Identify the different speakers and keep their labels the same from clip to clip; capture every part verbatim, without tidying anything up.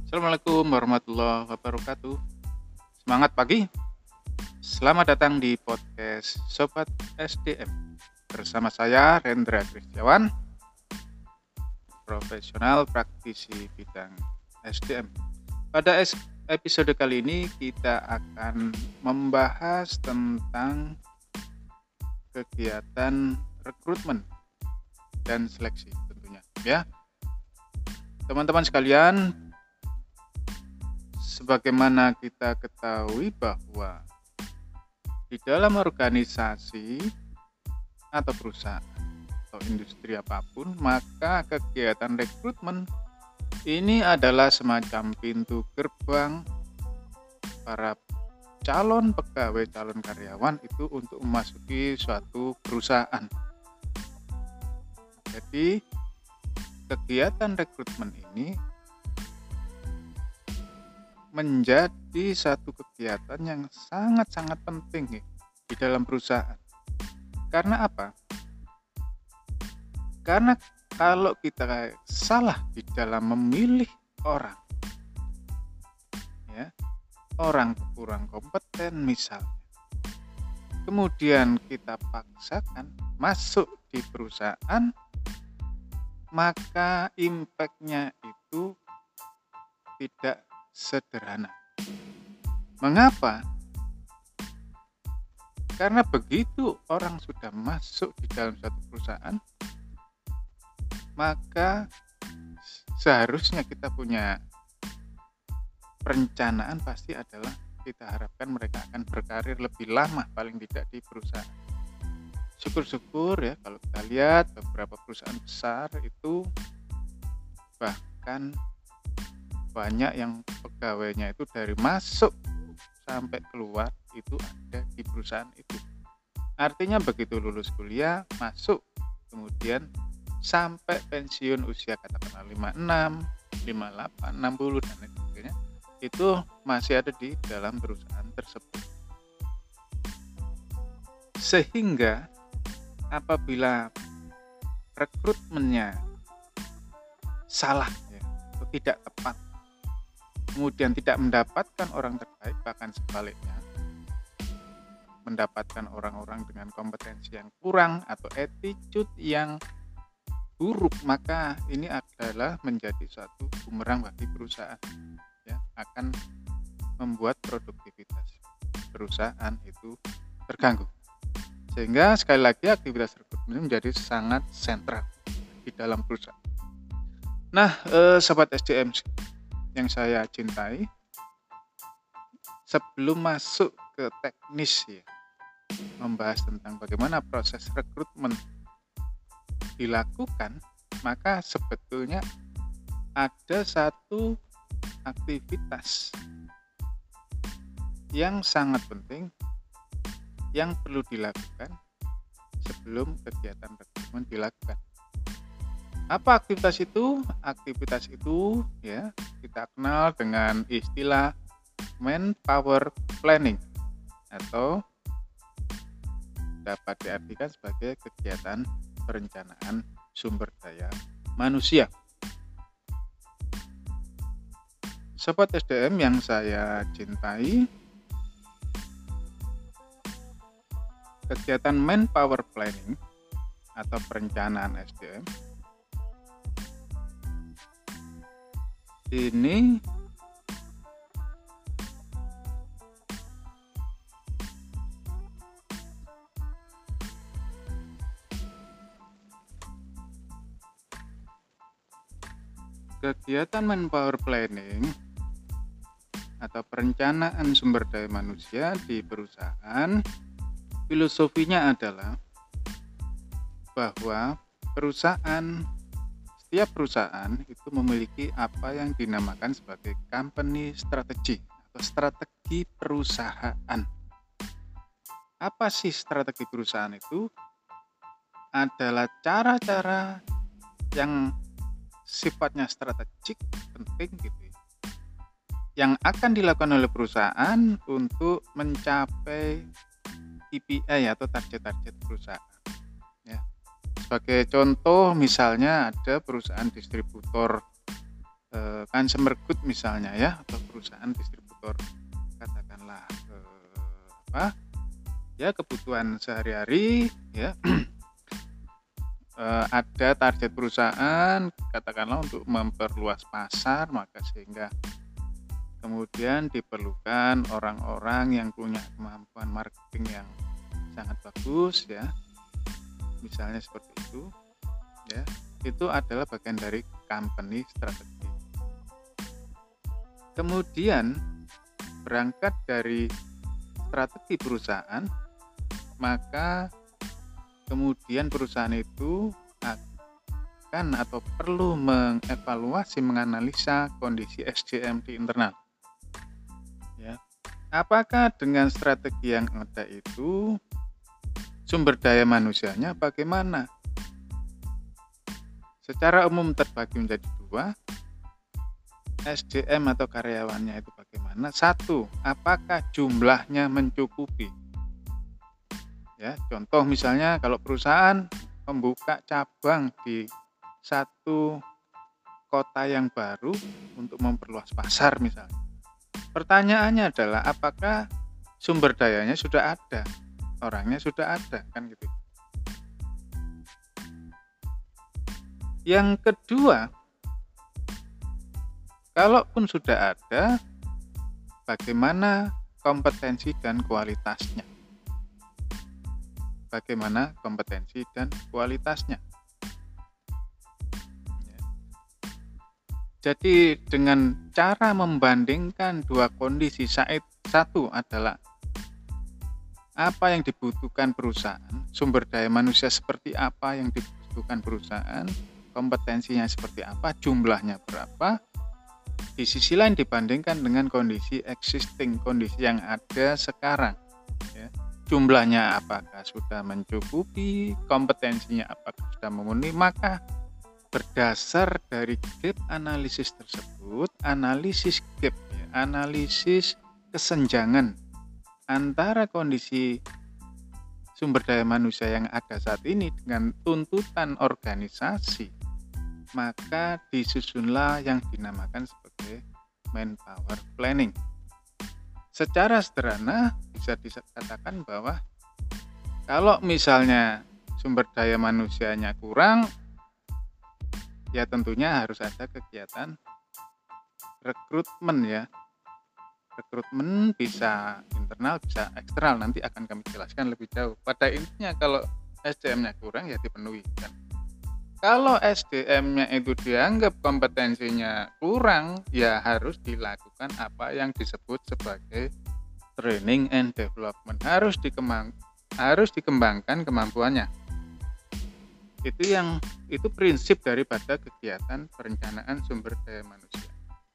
Speaker 1: Assalamualaikum warahmatullahi wabarakatuh. Semangat pagi. Selamat datang di podcast Sobat S D M. Bersama saya Rendra Kristiawan, profesional praktisi bidang S D M. Pada episode kali ini kita akan membahas tentang kegiatan rekrutmen dan seleksi tentunya, ya. Teman-teman sekalian, sebagaimana kita ketahui bahwa di dalam organisasi atau perusahaan atau industri apapun, maka kegiatan rekrutmen ini adalah semacam pintu gerbang para calon pegawai, calon karyawan itu untuk memasuki suatu perusahaan. Jadi kegiatan rekrutmen ini menjadi satu kegiatan yang sangat-sangat penting ya, di dalam perusahaan. Karena apa? Karena kalau kita salah di dalam memilih orang, ya, orang kurang kompeten misalnya, kemudian kita paksakan masuk di perusahaan, maka impact-nya itu tidak sederhana. Mengapa? Karena begitu orang sudah masuk di dalam satu perusahaan, maka seharusnya kita punya perencanaan pasti adalah kita harapkan mereka akan berkarir lebih lama paling tidak di perusahaan. Syukur-syukur ya kalau kita lihat beberapa perusahaan besar itu bahkan banyak yang pegawainya itu dari masuk sampai keluar itu ada di perusahaan itu. Artinya begitu lulus kuliah, masuk, kemudian sampai pensiun usia katakanlah lima puluh enam, lima puluh delapan, enam puluh dan lain sebagainya, itu masih ada di dalam perusahaan tersebut. Sehingga apabila rekrutmennya salah ya, atau tidak tepat, kemudian tidak mendapatkan orang terbaik, bahkan sebaliknya mendapatkan orang-orang dengan kompetensi yang kurang atau attitude yang buruk, maka ini adalah menjadi suatu bumerang bagi perusahaan, ya, akan membuat produktivitas perusahaan itu terganggu. Sehingga sekali lagi aktivitas rekrutmen menjadi sangat sentral di dalam perusahaan. Nah, eh, sobat S D M yang saya cintai, sebelum masuk ke teknis ya, membahas tentang bagaimana proses rekrutmen dilakukan, maka sebetulnya ada satu aktivitas yang sangat penting yang perlu dilakukan sebelum kegiatan rekrutmen dilakukan. Apa aktivitas itu? Aktivitas itu ya kita kenal dengan istilah manpower planning atau dapat diartikan sebagai kegiatan perencanaan sumber daya manusia. Sobat S D M yang saya cintai, kegiatan manpower planning atau perencanaan S D M ini kegiatan manpower planning atau perencanaan sumber daya manusia di perusahaan, filosofinya adalah bahwa perusahaan Setiap perusahaan itu memiliki apa yang dinamakan sebagai company strategy atau strategi perusahaan. Apa sih strategi perusahaan itu? Adalah cara-cara yang sifatnya strategik, penting gitu ya, yang akan dilakukan oleh perusahaan untuk mencapai K P I atau target-target perusahaan. Ya. Sebagai contoh misalnya ada perusahaan distributor eh, consumer good misalnya ya, atau perusahaan distributor katakanlah eh, apa ya kebutuhan sehari-hari ya. eh, ada target perusahaan katakanlah untuk memperluas pasar, maka sehingga kemudian diperlukan orang-orang yang punya kemampuan marketing yang sangat bagus ya, misalnya seperti itu ya. Itu adalah bagian dari company strategi. Kemudian berangkat dari strategi perusahaan, maka kemudian perusahaan itu akan atau perlu mengevaluasi, menganalisa kondisi S D M di internal. Ya. Apakah dengan strategi yang ada itu sumber daya manusianya bagaimana? Secara umum terbagi menjadi dua. S D M atau karyawannya itu bagaimana? Satu, apakah jumlahnya mencukupi? Ya, contoh misalnya kalau perusahaan membuka cabang di satu kota yang baru untuk memperluas pasar misalnya. Pertanyaannya adalah apakah sumber dayanya sudah ada, orangnya sudah ada, kan gitu. Yang kedua, kalaupun sudah ada, bagaimana kompetensi dan kualitasnya? Bagaimana kompetensi dan kualitasnya? Jadi dengan cara membandingkan dua kondisi, satu adalah apa yang dibutuhkan perusahaan, sumber daya manusia seperti apa yang dibutuhkan perusahaan, kompetensinya seperti apa, jumlahnya berapa. Di sisi lain dibandingkan dengan kondisi existing, kondisi yang ada sekarang ya. Jumlahnya apakah sudah mencukupi, kompetensinya apakah sudah memenuhi, maka berdasar dari gap analisis tersebut, analisis gap ya, analisis kesenjangan antara kondisi sumber daya manusia yang ada saat ini dengan tuntutan organisasi, maka disusunlah yang dinamakan sebagai manpower planning. Secara sederhana bisa dikatakan bahwa kalau misalnya sumber daya manusianya kurang, ya tentunya harus ada kegiatan rekrutmen ya. Rekrutmen bisa internal, bisa eksternal, nanti akan kami jelaskan lebih jauh. Pada intinya kalau S D M-nya kurang ya dipenuhi kan. Kalau S D M-nya itu dianggap kompetensinya kurang, ya harus dilakukan apa yang disebut sebagai training and development. Harus dikembang, harus dikembangkan kemampuannya. Itu yang itu prinsip daripada kegiatan perencanaan sumber daya manusia.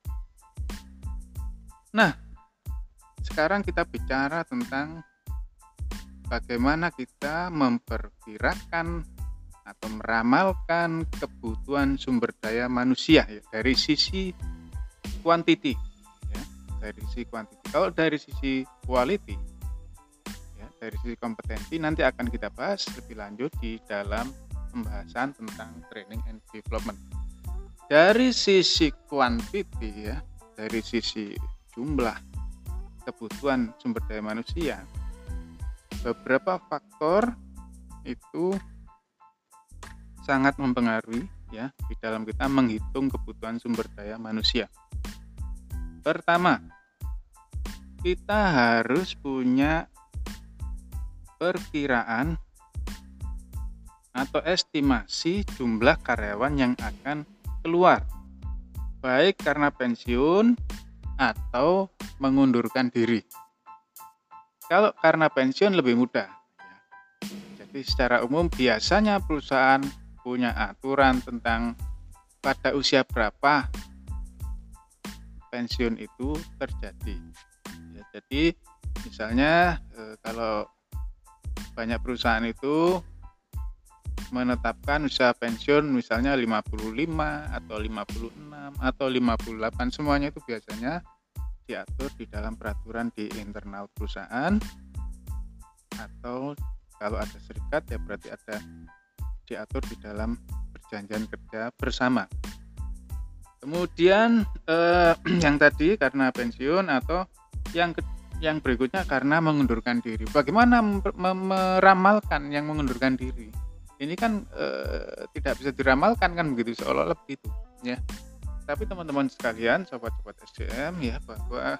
Speaker 1: Nah, sekarang kita bicara tentang bagaimana kita memperkirakan atau meramalkan kebutuhan sumber daya manusia ya, dari sisi quantity ya, dari sisi quantity. Kalau dari sisi quality ya, dari sisi kompetensi nanti akan kita bahas lebih lanjut di dalam pembahasan tentang training and development. Dari sisi quantity ya, dari sisi jumlah kebutuhan sumber daya manusia, beberapa faktor itu sangat mempengaruhi ya di dalam kita menghitung kebutuhan sumber daya manusia. Pertama, kita harus punya perkiraan atau estimasi jumlah karyawan yang akan keluar, baik karena pensiun atau mengundurkan diri. Kalau karena pensiun lebih mudah. Jadi secara umum biasanya perusahaan punya aturan tentang pada usia berapa pensiun itu terjadi. Ya, jadi misalnya e, kalau banyak perusahaan itu menetapkan usia pensiun misalnya lima puluh lima atau lima puluh enam atau lima puluh delapan, semuanya itu biasanya diatur di dalam peraturan di internal perusahaan, atau kalau ada serikat ya berarti ada diatur di dalam perjanjian kerja bersama. Kemudian eh, yang tadi karena pensiun, atau yang ke, yang berikutnya karena mengundurkan diri. Bagaimana meramalkan yang mengundurkan diri? Ini kan eh, tidak bisa diramalkan kan begitu, seolah-olah begitu ya. Tapi teman-teman sekalian, sobat-sobat S D M ya, bahwa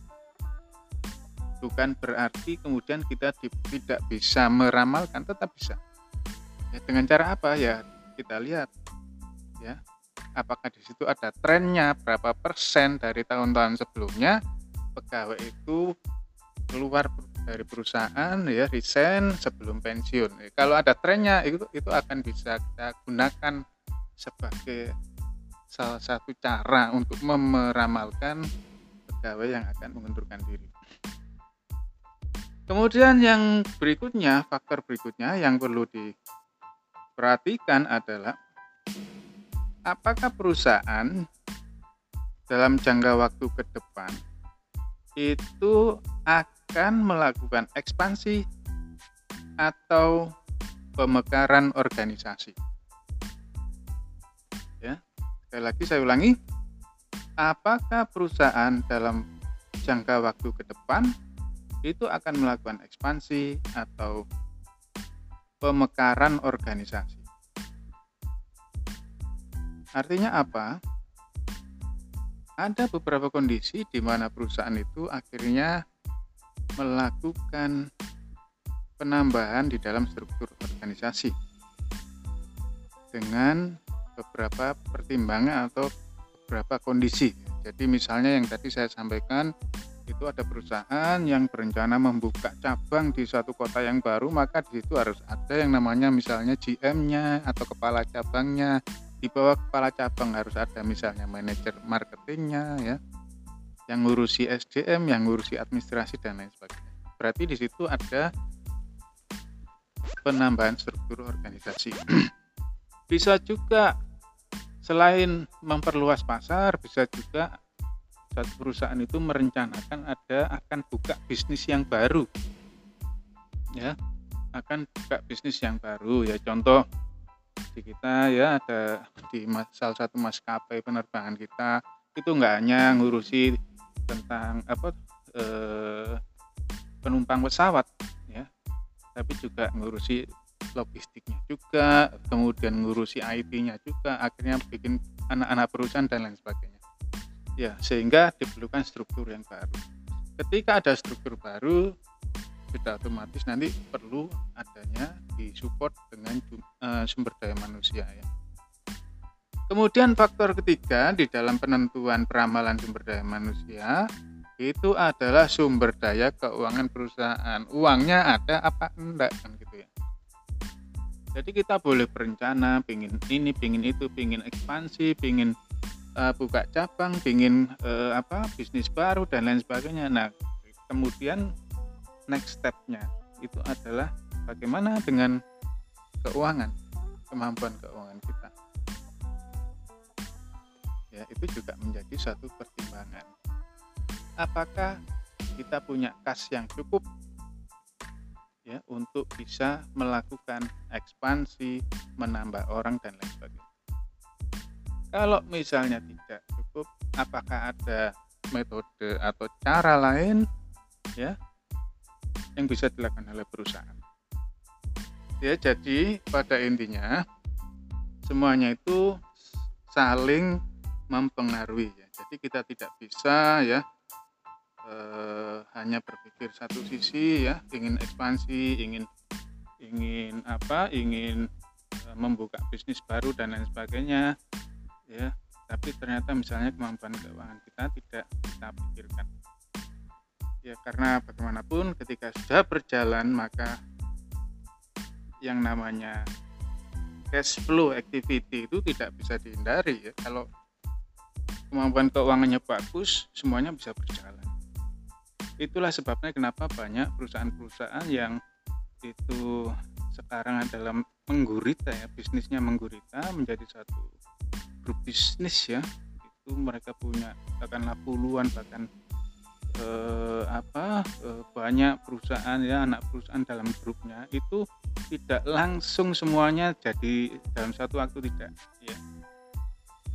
Speaker 1: bukan berarti kemudian kita di, tidak bisa meramalkan, tetap bisa. Ya, dengan cara apa ya? Kita lihat ya, apakah di situ ada trennya, berapa persen dari tahun-tahun sebelumnya pegawai itu keluar dari perusahaan ya, resign sebelum pensiun. Ya, kalau ada trennya itu itu akan bisa kita gunakan sebagai salah satu cara untuk meramalkan pegawai yang akan mengundurkan diri. Kemudian yang berikutnya, faktor berikutnya yang perlu diperhatikan adalah apakah perusahaan dalam jangka waktu ke depan itu akan melakukan ekspansi atau pemekaran organisasi. Ya, sekali lagi saya ulangi, apakah perusahaan dalam jangka waktu ke depan itu akan melakukan ekspansi atau pemekaran organisasi. Artinya apa? Ada beberapa kondisi di mana perusahaan itu akhirnya melakukan penambahan di dalam struktur organisasi dengan beberapa pertimbangan atau beberapa kondisi. Jadi misalnya yang tadi saya sampaikan, itu ada perusahaan yang berencana membuka cabang di suatu kota yang baru, maka di situ harus ada yang namanya misalnya G M-nya atau kepala cabangnya. Di bawah kepala cabang harus ada misalnya manajer marketingnya ya, yang ngurusi S D M, yang ngurusi administrasi dan lain sebagainya. Berarti di situ ada penambahan struktur organisasi. Bisa juga selain memperluas pasar, bisa juga satu perusahaan itu merencanakan ada akan buka bisnis yang baru, ya, akan buka bisnis yang baru ya. Contoh di kita ya, ada di salah satu maskapai penerbangan kita itu nggak hanya ngurusi tentang apa eh, penumpang pesawat ya, tapi juga ngurusi logistiknya juga, kemudian ngurusi I T-nya juga, akhirnya bikin anak-anak perusahaan dan lain sebagainya. Ya, sehingga diperlukan struktur yang baru. Ketika ada struktur baru, sudah otomatis nanti perlu adanya disupport dengan uh, sumber daya manusia ya. Kemudian faktor ketiga di dalam penentuan peramalan sumber daya manusia itu adalah sumber daya keuangan perusahaan. Uangnya ada apa enggak kan gitu ya. Jadi kita boleh berencana pingin ini, pingin itu, pingin ekspansi, pingin Uh, buka cabang, pingin uh, apa bisnis baru dan lain sebagainya. Nah, kemudian next step-nya itu adalah bagaimana dengan keuangan, kemampuan keuangan kita. Ya, itu juga menjadi satu pertimbangan. Apakah kita punya kas yang cukup ya untuk bisa melakukan ekspansi, menambah orang dan lain sebagainya. Kalau misalnya tidak cukup, apakah ada metode atau cara lain ya yang bisa dilakukan oleh perusahaan? Ya, jadi pada intinya semuanya itu saling mempengaruhi ya. Jadi kita tidak bisa ya eh, hanya berpikir satu sisi ya, ingin ekspansi, ingin ingin apa, ingin eh, membuka bisnis baru dan lain sebagainya. Ya, tapi ternyata misalnya kemampuan keuangan kita tidak kita pikirkan. Ya, karena bagaimanapun ketika sudah berjalan maka yang namanya cash flow activity itu tidak bisa dihindari ya. Kalau kemampuan keuangannya bagus, semuanya bisa berjalan. Itulah sebabnya kenapa banyak perusahaan-perusahaan yang itu sekarang adalah menggurita ya, bisnisnya menggurita menjadi satu grup bisnis ya, itu mereka punya katakanlah puluhan bahkan eh, apa eh, banyak perusahaan ya, anak perusahaan dalam grupnya itu tidak langsung semuanya jadi dalam satu waktu, tidak ya.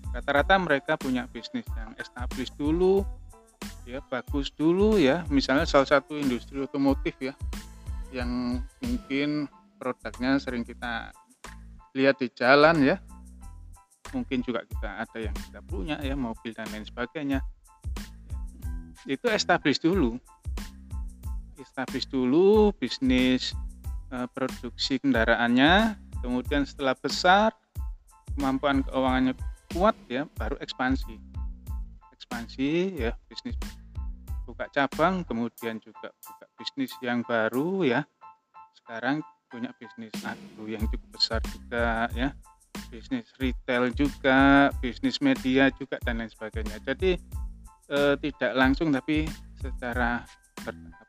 Speaker 1: Rata-rata mereka punya bisnis yang established dulu, ya bagus dulu ya. Misalnya salah satu industri otomotif ya, yang mungkin produknya sering kita lihat di jalan ya. Mungkin juga kita ada yang kita punya ya, mobil dan lain sebagainya. Itu established dulu. Established dulu bisnis eh, produksi kendaraannya, kemudian setelah besar, kemampuan keuangannya kuat ya, baru ekspansi. Ekspansi ya, bisnis buka cabang, kemudian juga buka bisnis yang baru ya. Sekarang punya bisnis agro yang cukup besar juga ya, bisnis retail juga, bisnis media juga dan lain sebagainya. Jadi eh, tidak langsung tapi secara bertahap.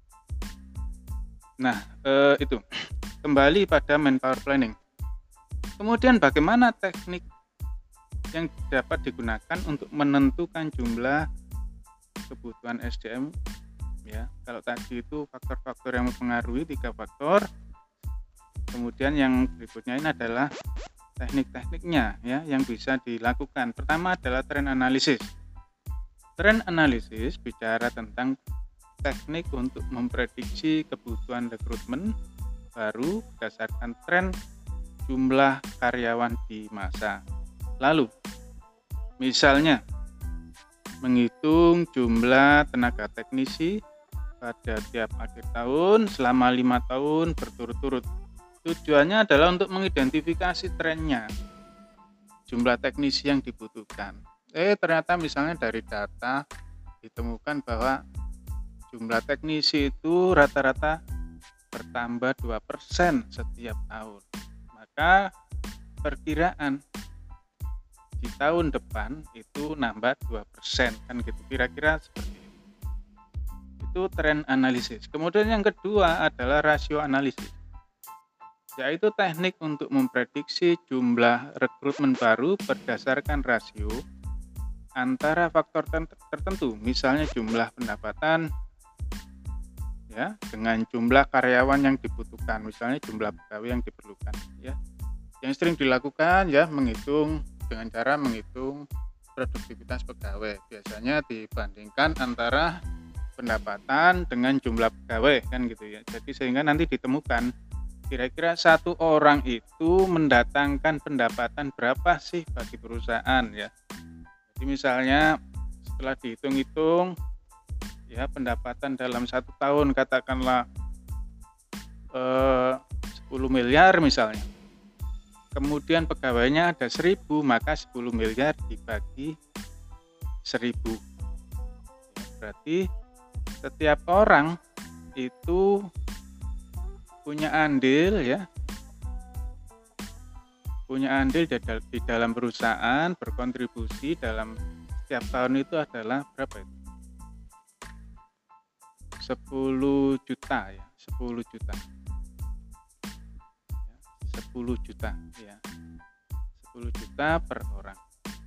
Speaker 1: Nah eh, itu kembali pada manpower planning. Kemudian bagaimana teknik yang dapat digunakan untuk menentukan jumlah kebutuhan S D M ya. Kalau tadi itu faktor-faktor yang mempengaruhi, tiga faktor. Kemudian yang berikutnya ini adalah teknik-tekniknya ya yang bisa dilakukan. Pertama adalah trend analysis. Trend analysis bicara tentang teknik untuk memprediksi kebutuhan rekrutmen baru berdasarkan tren jumlah karyawan di masa lalu. Misalnya menghitung jumlah tenaga teknisi pada tiap akhir tahun selama lima tahun berturut-turut. Tujuannya adalah untuk mengidentifikasi trennya, jumlah teknisi yang dibutuhkan. Eh ternyata misalnya dari data ditemukan bahwa jumlah teknisi itu rata-rata bertambah dua persen setiap tahun. Maka perkiraan di tahun depan itu nambah dua persen kan gitu, kira-kira seperti itu. Itu trend analisis. Kemudian yang kedua adalah rasio analisis, yaitu teknik untuk memprediksi jumlah rekrutmen baru berdasarkan rasio antara faktor tertentu, misalnya jumlah pendapatan ya dengan jumlah karyawan yang dibutuhkan, misalnya jumlah pegawai yang diperlukan ya. Yang sering dilakukan ya menghitung dengan cara menghitung produktivitas pegawai, biasanya dibandingkan antara pendapatan dengan jumlah pegawai kan gitu ya. Jadi sehingga nanti ditemukan kira-kira satu orang itu mendatangkan pendapatan berapa sih bagi perusahaan ya. Jadi misalnya setelah dihitung-hitung ya pendapatan dalam satu tahun katakanlah eh, sepuluh miliar misalnya. Kemudian pegawainya ada seribu, maka sepuluh miliar dibagi seribu. Ya, berarti setiap orang itu punya andil ya, punya andil di dalam perusahaan, berkontribusi dalam setiap tahun itu adalah berapa itu? sepuluh juta ya, sepuluh juta. sepuluh juta ya, sepuluh juta per orang.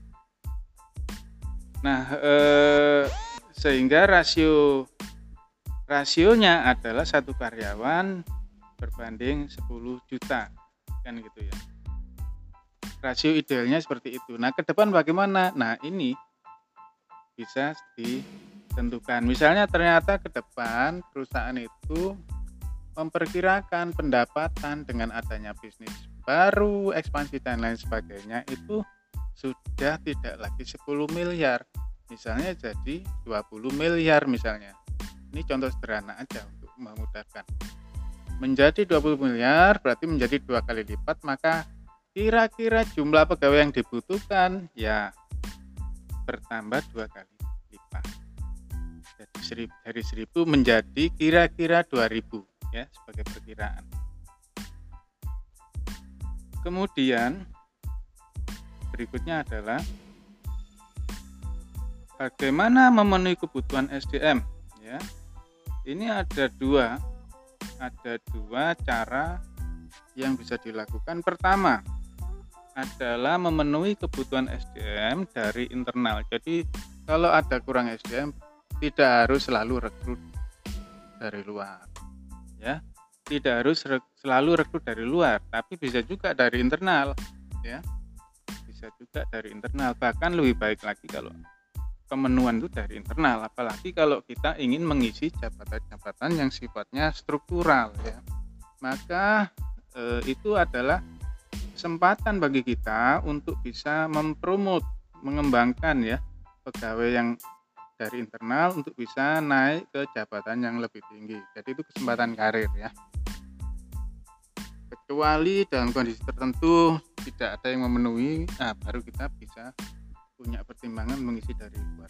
Speaker 1: Nah eh, sehingga rasio rasionya adalah satu karyawan berbanding sepuluh juta kan gitu ya. Rasio idealnya seperti itu. Nah ke depan bagaimana? Nah ini bisa ditentukan. Misalnya ternyata ke depan perusahaan itu memperkirakan pendapatan dengan adanya bisnis baru, ekspansi dan lain sebagainya itu sudah tidak lagi sepuluh miliar, misalnya jadi dua puluh miliar misalnya. Ini contoh sederhana aja untuk memudahkan. Menjadi dua puluh miliar berarti menjadi dua kali lipat, maka kira-kira jumlah pegawai yang dibutuhkan ya bertambah dua kali lipat. Jadi dari seribu menjadi kira-kira dua ribu. Ya, sebagai perkiraan. Kemudian berikutnya adalah bagaimana memenuhi kebutuhan S D M ya. Ini ada dua ada dua cara yang bisa dilakukan. Pertama adalah memenuhi kebutuhan S D M dari internal. Jadi kalau ada kurang S D M tidak harus selalu rekrut dari luar. Ya, tidak harus re- selalu rekrut dari luar, tapi bisa juga dari internal, ya, bisa juga dari internal, bahkan lebih baik lagi kalau pemenuhan itu dari internal, apalagi kalau kita ingin mengisi jabatan-jabatan yang sifatnya struktural ya. Maka eh, itu adalah kesempatan bagi kita untuk bisa mempromot, mengembangkan ya pegawai yang dari internal untuk bisa naik ke jabatan yang lebih tinggi. Jadi itu kesempatan karir ya. Kecuali dalam kondisi tertentu tidak ada yang memenuhi, nah baru kita bisa punya pertimbangan mengisi dari luar.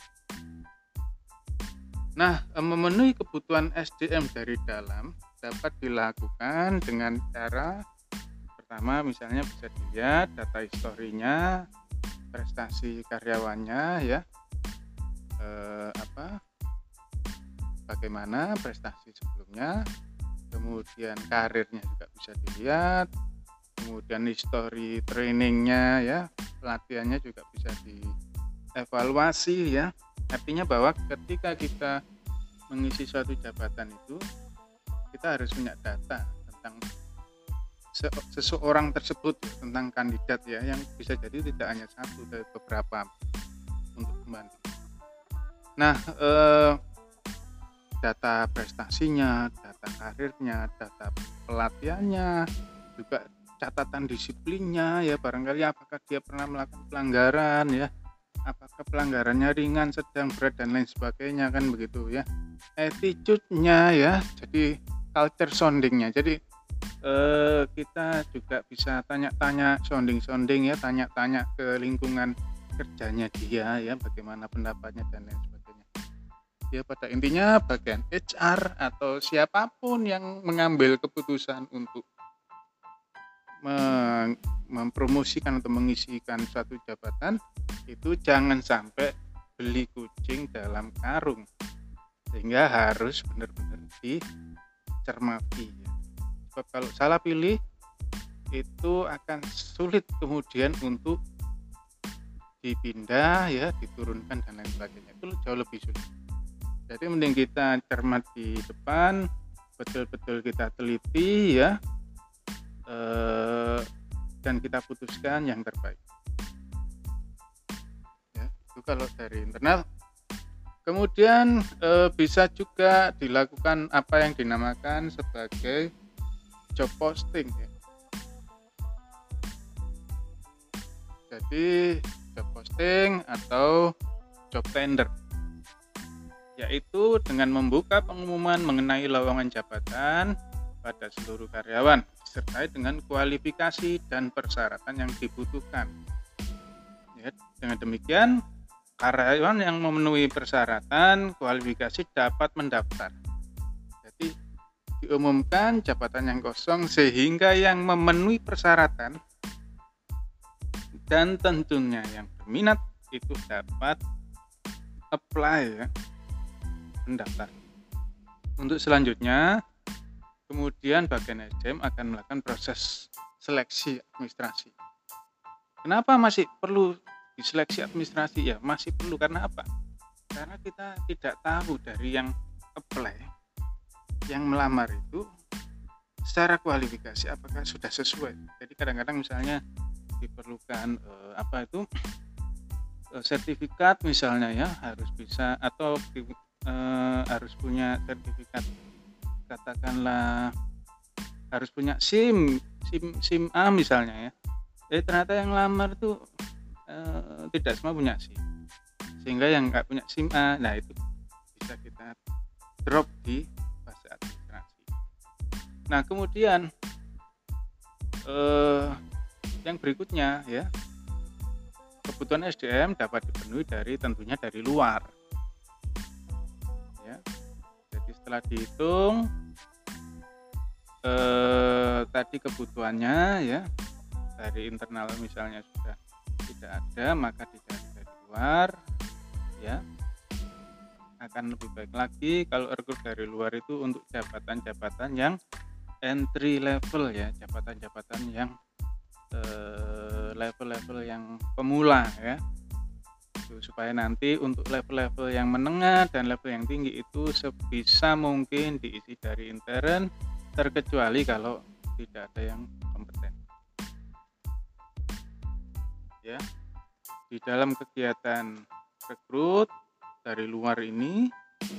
Speaker 1: Nah, memenuhi kebutuhan S D M dari dalam dapat dilakukan dengan cara pertama, misalnya bisa dilihat data historinya, prestasi karyawannya ya, eh, apa, bagaimana prestasi sebelumnya, kemudian karirnya juga bisa dilihat, kemudian histori trainingnya ya, pelatihannya juga bisa dievaluasi ya. Artinya bahwa ketika kita mengisi suatu jabatan itu, kita harus punya data tentang seseorang tersebut, tentang kandidat ya, yang bisa jadi tidak hanya satu, dari beberapa untuk membantu. Nah, eh, data prestasinya, data karirnya, data pelatihannya, juga catatan disiplinnya ya, barangkali apakah dia pernah melakukan pelanggaran ya, apakah pelanggarannya ringan, sedang, berat dan lain sebagainya, kan begitu ya. Attitude-nya ya, jadi culture sounding-nya. Jadi eh, kita juga bisa tanya-tanya, sounding-sounding ya, tanya-tanya ke lingkungan kerjanya dia ya, bagaimana pendapatnya dan lain sebagainya. Ya pada intinya bagian H R atau siapapun yang mengambil keputusan untuk mempromosikan atau mengisikan suatu jabatan itu jangan sampai beli kucing dalam karung, sehingga harus benar-benar dicermati ya. Sebab kalau salah pilih itu akan sulit kemudian untuk dipindah ya, diturunkan dan lain sebagainya, itu jauh lebih sulit. Jadi mending kita cermat di depan, betul-betul kita teliti ya, eh, dan kita putuskan yang terbaik ya. Itu kalau dari internal. Kemudian eh, bisa juga dilakukan apa yang dinamakan sebagai job posting ya. Jadi job posting atau job tender, yaitu dengan membuka pengumuman mengenai lowongan jabatan pada seluruh karyawan disertai dengan kualifikasi dan persyaratan yang dibutuhkan. Ya, dengan demikian karyawan yang memenuhi persyaratan kualifikasi dapat mendaftar. Jadi diumumkan jabatan yang kosong sehingga yang memenuhi persyaratan dan tentunya yang berminat itu dapat apply ya, mendaftar. Untuk selanjutnya kemudian bagian S D M akan melakukan proses seleksi administrasi. Kenapa masih perlu diseleksi administrasi? Ya masih perlu, karena apa? Karena kita tidak tahu dari yang apply, yang melamar itu secara kualifikasi apakah sudah sesuai. Jadi kadang-kadang misalnya diperlukan eh, apa itu eh, sertifikat misalnya ya, harus bisa atau eh, harus punya sertifikat, katakanlah harus punya SIM SIM SIM A misalnya ya. Eh ternyata yang lamar tuh eh, tidak semua punya SIM, sehingga yang nggak punya SIM A, nah itu bisa kita drop di fase administrasi. Nah kemudian eh, yang berikutnya ya, kebutuhan S D M dapat dipenuhi dari tentunya dari luar ya. Jadi setelah dihitung eh, tadi kebutuhannya ya, dari internal misalnya sudah tidak ada, maka dicari dari luar ya. Akan lebih baik lagi kalau rekrut dari luar itu untuk jabatan-jabatan yang entry level ya, jabatan-jabatan yang eh, level-level yang pemula ya, itu supaya nanti untuk level-level yang menengah dan level yang tinggi itu sebisa mungkin diisi dari intern, terkecuali kalau tidak ada yang kompeten ya. Di dalam kegiatan rekrut dari luar ini,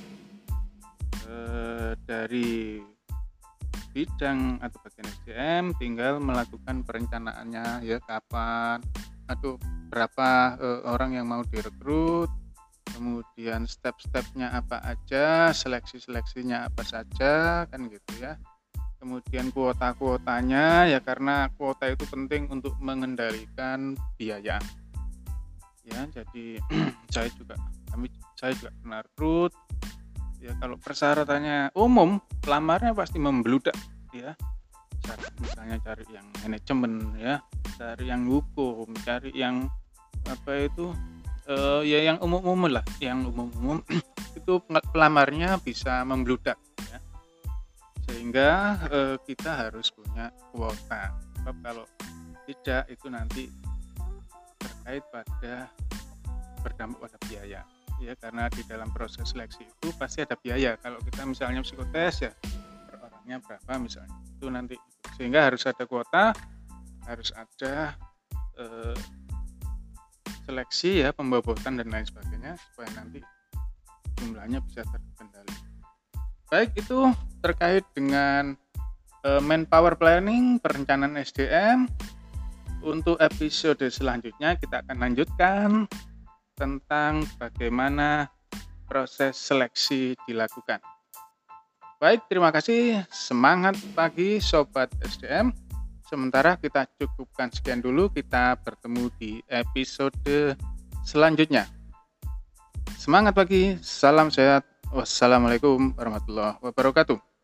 Speaker 1: eh, dari bidang atau bagian S D M tinggal melakukan perencanaannya ya, kapan atau berapa eh, orang yang mau direkrut, kemudian step-stepnya apa aja, seleksi-seleksinya apa saja, kan gitu ya. Kemudian kuota-kuotanya ya, karena kuota itu penting untuk mengendalikan biaya ya. Jadi saya juga kami saya juga pernah rekrut ya. Kalau persyaratannya umum, pelamarnya pasti membludak ya. Cari, misalnya cari yang manajemen ya, cari yang hukum, cari yang apa itu uh, ya yang umum-umum lah, yang umum-umum itu pelamarnya bisa membludak ya. Sehingga uh, kita harus punya kuota. Sebab kalau tidak, itu nanti terkait pada berdampak pada biaya ya, karena di dalam proses seleksi itu pasti ada biaya. Kalau kita misalnya psikotes ya, per orangnya berapa misalnya, itu nanti. Sehingga harus ada kuota, harus ada eh, seleksi ya, pembobotan dan lain sebagainya, supaya nanti jumlahnya bisa terkendali. Baik, itu terkait dengan eh, manpower planning, perencanaan S D M. Untuk episode selanjutnya kita akan lanjutkan tentang bagaimana proses seleksi dilakukan. Baik, terima kasih. Semangat pagi Sobat S D M. Sementara kita cukupkan sekian dulu. Kita bertemu di episode selanjutnya. Semangat pagi, salam sehat. Wassalamualaikum warahmatullahi wabarakatuh.